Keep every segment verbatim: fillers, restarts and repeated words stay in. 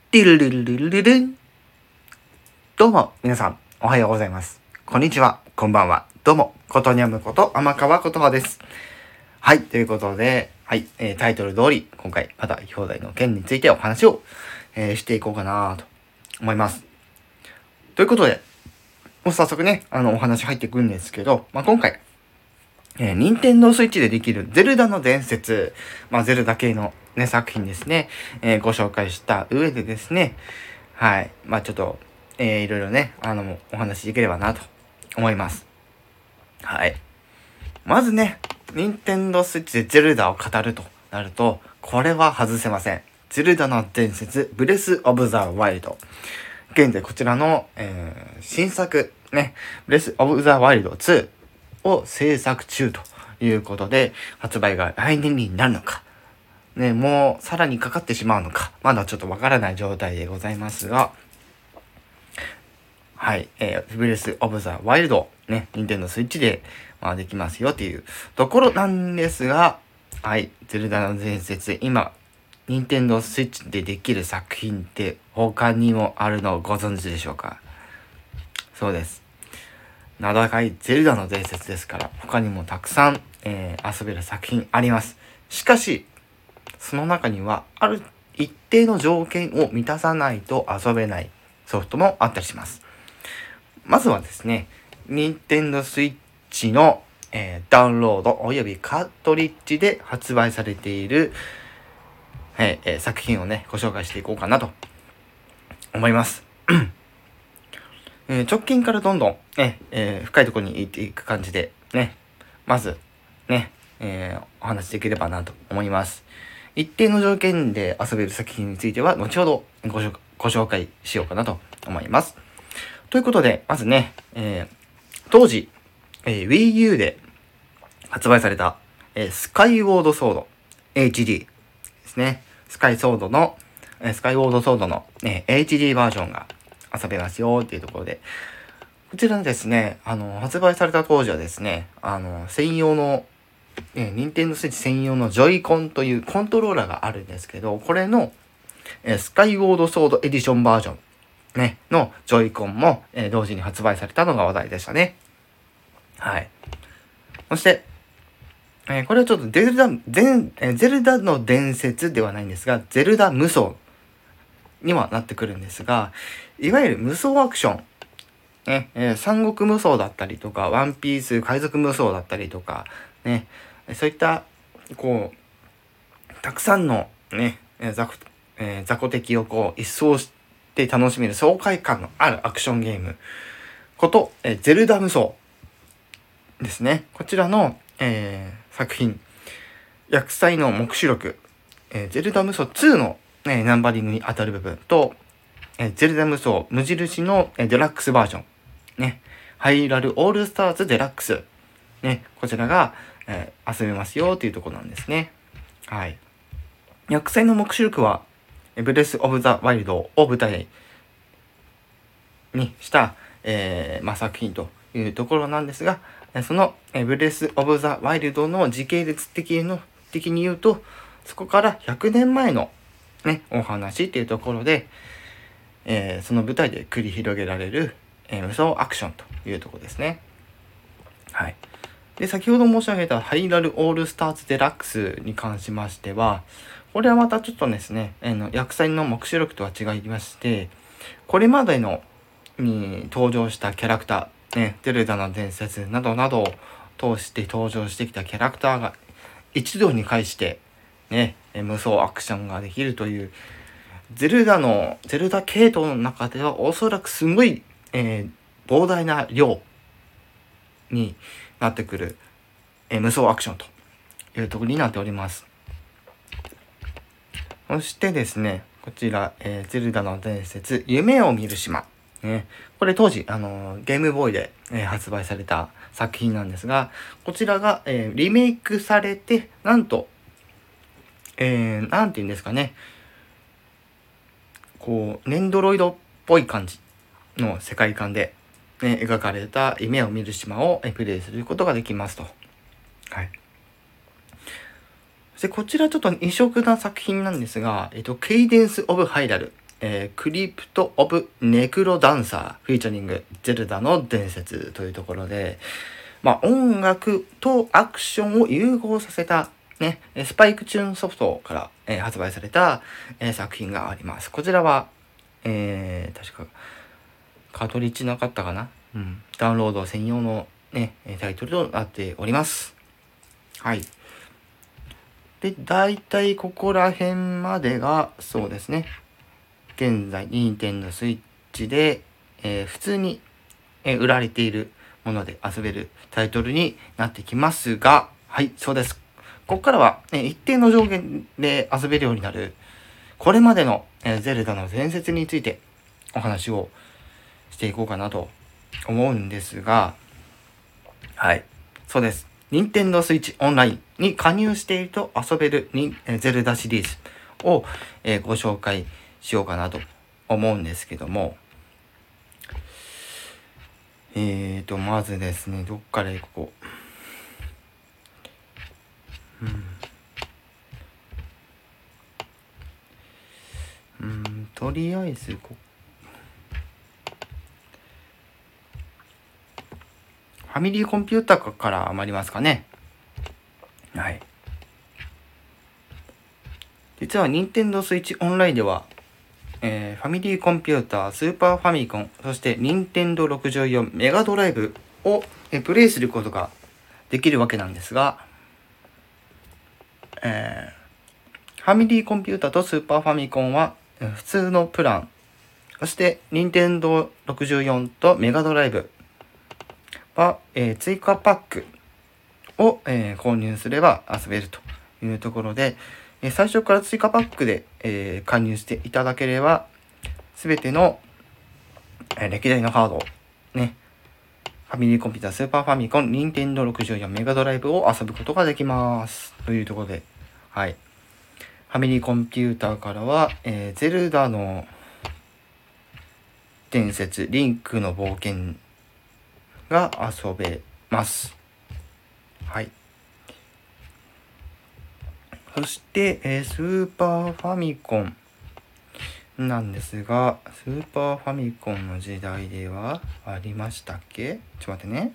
ティルルルルルルルン。どうも皆さんおはようございます。こんにちは、こんばんは。どうもことにゃむこと天川ことはです。はい、ということで、はい、えー、タイトル通り今回また兄弟の件についてお話を、えー、していこうかなと思います。ということで、もう早速ね、あのお話入っていくんですけど、まあ、今回えー、任天堂スイッチでできるゼルダの伝説、まあ、ゼルダ系のね、作品ですね、えー、ご紹介した上でですね、はい、まあちょっと、えー、いろいろね、あの、お話しできればなと思います。はい。まずね、任天堂スイッチでゼルダを語るとなると、これは外せません。ゼルダの伝説、ブレス・オブ・ザ・ワイルド。現在こちらの、えー、新作、ね、ブレス・オブ・ザ・ワイルドツー、を制作中ということで、発売が来年になるのか、ね、もうさらにかかってしまうのか、まだちょっとわからない状態でございますが、はい、えー、ブレスオブザワイルド、ね、ニンテンドースイッチで、まあ、できますよっていうところなんですが、はい、ゼルダの伝説、今、ニンテンドースイッチでできる作品って他にもあるのをご存知でしょうか？そうです。名高いゼルダの伝説ですから、他にもたくさん、えー、遊べる作品あります。しかし、その中には、ある一定の条件を満たさないと遊べないソフトもあったりします。まずはですね、ニンテンドースイッチの、えー、ダウンロードおよびカートリッジで発売されている、はいえー、作品をね、ご紹介していこうかなと思います。えー、直近からどんどん、ねえー、深いところに行っていく感じで、ね、まず、ね、えー、お話しできればなと思います。一定の条件で遊べる作品については、後ほどご紹ご紹介しようかなと思います。ということで、まずね、えー、当時、えー、Wii U で発売された、えー、スカイウォードソード エイチディー ですね。スカイソードの、えー、スカイウォードソードの、えー、エイチディー バージョンが遊べますよっていうところで、こちらですね、あの、発売された当時はですね、あの、専用の、えー、任天堂スイッチ専用のジョイコンというコントローラーがあるんですけど、これの、えー、スカイウォードソードエディションバージョン、ね、のジョイコンも、えー、同時に発売されたのが話題でしたね。はい。そして、えー、これはちょっとゼルダ、ゼえー、ゼルダの伝説ではないんですが、ゼルダ無双にはなってくるんですが、いわゆる無双アクション、ね、えー、三国無双だったりとか、ワンピース海賊無双だったりとか、ね、そういった、こう、たくさんのね、雑魚、えー、雑魚敵をこう、一掃して楽しめる爽快感のあるアクションゲームこと、えー、ゼルダ無双ですね。こちらの、えー、作品、薬剤の目視録、えー、ゼルダ無双ツーの、ね、ナンバリングに当たる部分と、えー、ゼルダ無双無印の、えー、デラックスバージョン、ね、ハイラルオールスターズデラックス、ね、こちらが、えー、遊べますよというところなんですね。はい。薬剤の目視録は、ブレス・オブ・ザ・ワイルドを舞台にした、えーまあ、作品というところなんですが、その、えー、ブレス・オブ・ザ・ワイルドの時系列的の的に言うと、そこからひゃくねんまえの、ね、お話っていうところで、えー、その舞台で繰り広げられる、えー、無双アクションというところですね。はい。で、先ほど申し上げたハイラルオールスターズデラックスに関しましては、これはまたちょっとですね、えー、の薬剤の目視録とは違いまして、これまでのに登場したキャラクター、ね、ゼルダの伝説などなどを通して登場してきたキャラクターが一堂に会して、ね、無双アクションができるという、ゼルダの、ゼルダ系統の中ではおそらくすごい、えー、膨大な量になってくる、えー、無双アクションというところになっております。そしてですね、こちら、えー、ゼルダの伝説、夢を見る島。ね、これ当時、あのー、ゲームボーイで、えー、発売された作品なんですが、こちらが、えー、リメイクされて、なんと、えー、なんて言うんですかね、こう、ネンドロイドっぽい感じの世界観で、ね、描かれた夢を見る島をプレイすることができますと。はい。で、こちらちょっと異色な作品なんですが、えっと、ケイデンス・オブ・ハイラル。 えー、クリプト・オブ・ネクロダンサーフィーチャリングゼルダの伝説というところで、まあ、音楽とアクションを融合させた、ね、スパイクチューンソフトから、えー、発売された、えー、作品があります。こちらは、えー、確かカートリッジなかったかな、うん、ダウンロード専用の、ね、タイトルとなっております。はい。で、だいたいここら辺までが、そうですね。現在、ニンテンドースイッチで、えー、普通に、えー、売られているもので遊べるタイトルになってきますが、はい、そうです。ここからは、えー、一定の上限で遊べるようになる、これまでの、えー、ゼルダの伝説についてお話をしていこうかなと思うんですが、はい、そうです。任天堂スイッチオンラインに加入していると遊べるにゼルダシリーズを、えー、ご紹介しようかなと思うんですけども、えーと、まずですね、どっから行こう。うん。うん、とりあえずこ、ファミリーコンピューターから参りますかね。はい。実は任天堂スイッチオンラインでは、えー、ファミリーコンピューター、スーパーファミコン、そして任天堂ろくじゅうよんメガドライブを、えー、プレイすることができるわけなんですが、えー、ファミリーコンピューターとスーパーファミコンは、えー、普通のプラン、そして任天堂ろくじゅうよんとメガドライブは、えー、追加パックを、えー、購入すれば遊べるというところで、えー、最初から追加パックで、えー、加入していただければすべての、えー、歴代のハードね、ファミリーコンピューター、スーパーファミコン、任天堂ろくじゅうよんメガドライブを遊ぶことができますというところで、はい、ファミリーコンピューターからは、えー、ゼルダの伝説リンクの冒険が遊べます。はい。そして、えー、スーパーファミコンなんですが、スーパーファミコンの時代ではありましたっけ？ちょっと待ってね。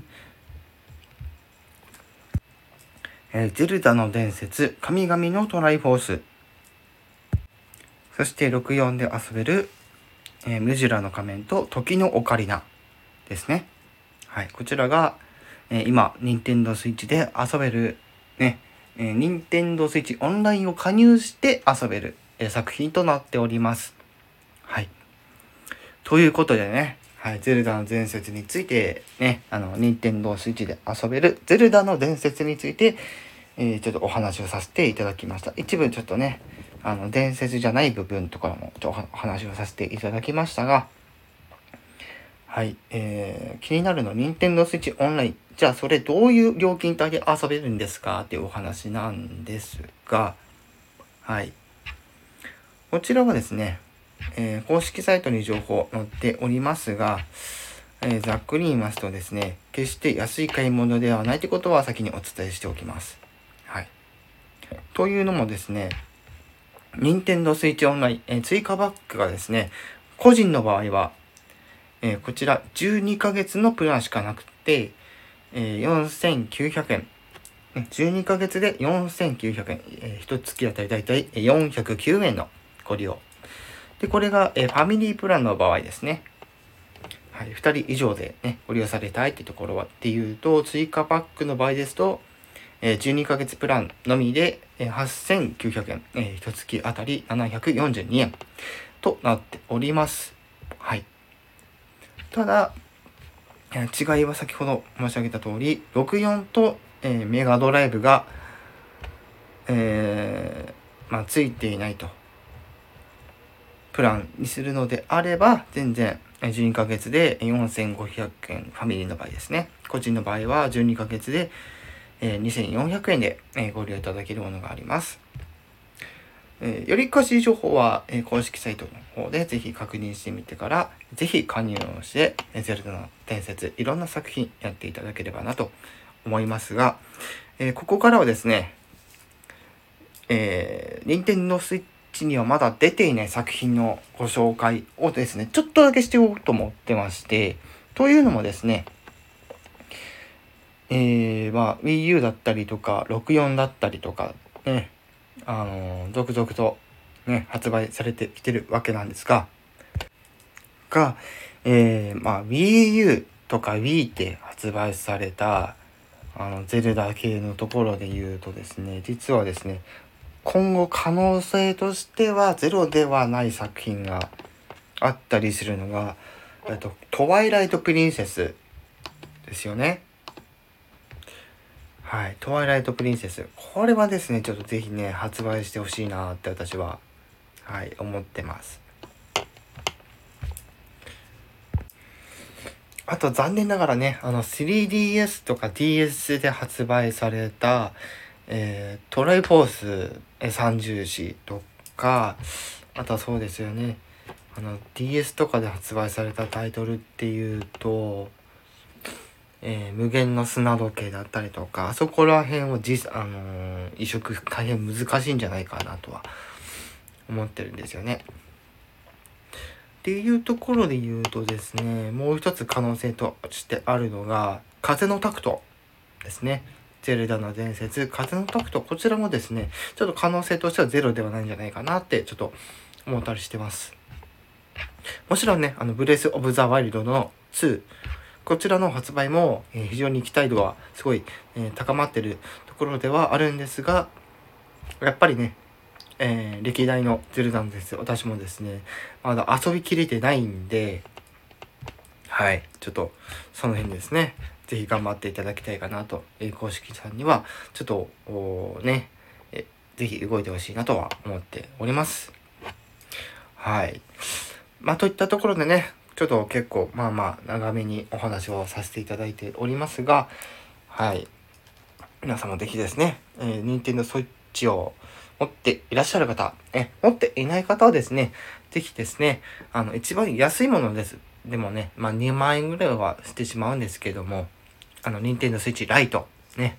えー、ゼルダの伝説神々のトライフォース。そしてろくじゅうよんで遊べる、えー、ムジュラの仮面と時のオカリナですね。はい、こちらが、えー、今、ニンテンドースイッチで遊べる、ね、えー、ニンテンドースイッチオンラインを加入して遊べる、えー、作品となっております。はい。ということでね、はい、ゼルダの伝説について、ね、あの、ニンテンドースイッチで遊べるゼルダの伝説について、えー、ちょっとお話をさせていただきました。一部ちょっとね、あの、伝説じゃない部分とかもちょっとお話をさせていただきましたが、はい、えー、気になるの任天堂スイッチオンライン。じゃあそれどういう料金帯で遊べるんですかっていうお話なんですが、はい。こちらはですね、えー、公式サイトに情報載っておりますが、えー、ざっくり言いますとですね、決して安い買い物ではないということは先にお伝えしておきます。はい。というのもですね、任天堂スイッチオンライン、えー、追加バックがですね、個人の場合は、えー、こちらじゅうにかげつのプランしかなくて、えー、よんせんきゅうひゃくえん。じゅうにかげつでよんせんきゅうひゃくえん。えー、ひとつきあたりだいたいよんひゃくきゅうえんのご利用。で、これが、えー、ファミリープランの場合ですね。はい、ふたり以上で、ね、ご利用されたいっていうところはっていうと、追加パックの場合ですと、えー、じゅうにかげつプランのみで、えー、はっせんきゅうひゃくえん。えー、ひとつきあたりななひゃくよんじゅうにえんとなっております。はい。ただ、違いは先ほど申し上げた通り、ろくじゅうよんと、えー、メガドライブが、えー、まあ、ついていないと。プランにするのであれば、全然じゅうにかげつでよんせんごひゃくえん、ファミリーの場合ですね。個人の場合はじゅうにかげつでにせんよんひゃくえんでご利用いただけるものがあります。えー、より詳しい情報は、えー、公式サイトの方でぜひ確認してみてから、ぜひ加入をして、ゼルダの伝説、いろんな作品やっていただければなと思いますが、えー、ここからはですね、えー、任天堂スイッチにはまだ出ていない作品のご紹介をですね、ちょっとだけしておこうと思ってまして、というのもですね、えー、まあ Wii U だったりとかろくじゅうよんだったりとかね、あのー、続々とね発売されてきてるわけなんですが、が、えー、まあ Wii U とか Wii って発売されたあのゼルダ系のところで言うとですね、実はですね、今後可能性としてはゼロではない作品があったりするのが、えっとトワイライトプリンセスですよね。はい、トワイライトプリンセス、これはですねちょっとぜひね発売してほしいなって私ははい思ってます。あと残念ながらね、あの スリーディーエス とか ディーエス で発売された、えー、トライフォース三重視とか、あとはそうですよね、あの ディーエス とかで発売されたタイトルっていうと、えー、無限の砂時計だったりとか、あそこら辺を実、あのー、移植大変難しいんじゃないかなとは思ってるんですよね。っていうところで言うとですね、もう一つ可能性としてあるのが風のタクトですね。ゼルダの伝説、風のタクト、こちらもですねちょっと可能性としてはゼロではないんじゃないかなってちょっと思ったりしてます。もちろんね、あのブレスオブザワイルドのツー、こちらの発売も、えー、非常に期待度はすごい、えー、高まってるところではあるんですが、やっぱりね、えー、歴代のゼルダのです私もですねまだ遊びきれてないんで、はい、ちょっとその辺ですねぜひ頑張っていただきたいかなと、えー、公式さんにはちょっとねえぜひ動いてほしいなとは思っております。はい、まあといったところでね、ちょっと結構まあまあ長めにお話をさせていただいておりますが、はい、皆さんもぜひですね、えー、ニンテンドースイッチを持っていらっしゃる方、え、持っていない方はですね、ぜひですね、あの、一番安いものです。でもね、まあにまんえんぐらいはしてしまうんですけども、あの、ニンテンドースイッチライト、ね。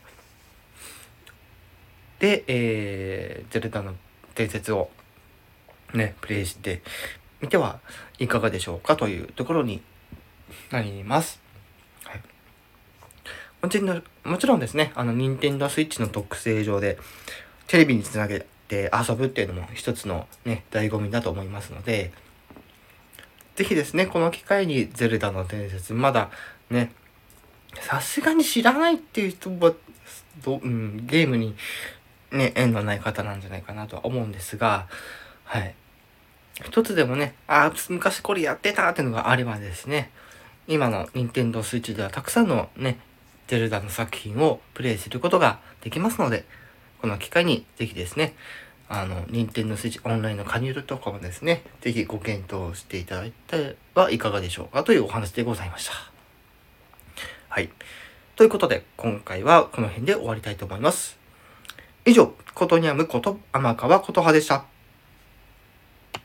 で、えー、ゼルダの伝説をね、プレイしてみてはいかがでしょうかというところになります。はい。もちろん、もちろんですね、あの、ニンテンドースイッチの特性上で、テレビにつなげて遊ぶっていうのも一つのね、醍醐味だと思いますので、ぜひですね、この機会にゼルダの伝説、まだね、さすがに知らないっていう人は、どうん、ゲームにね、縁のない方なんじゃないかなとは思うんですが、はい。一つでもね、あ、昔これやってたっていうのがあればですね、今の任天堂スイッチではたくさんのね、ゼルダの作品をプレイすることができますので、この機会にぜひですね、あの、任天堂スイッチオンラインの加入とかもですね、ぜひご検討していただいてはいかがでしょうかというお話でございました。はい。ということで、今回はこの辺で終わりたいと思います。以上、ことにゃむこと天川琴葉でした。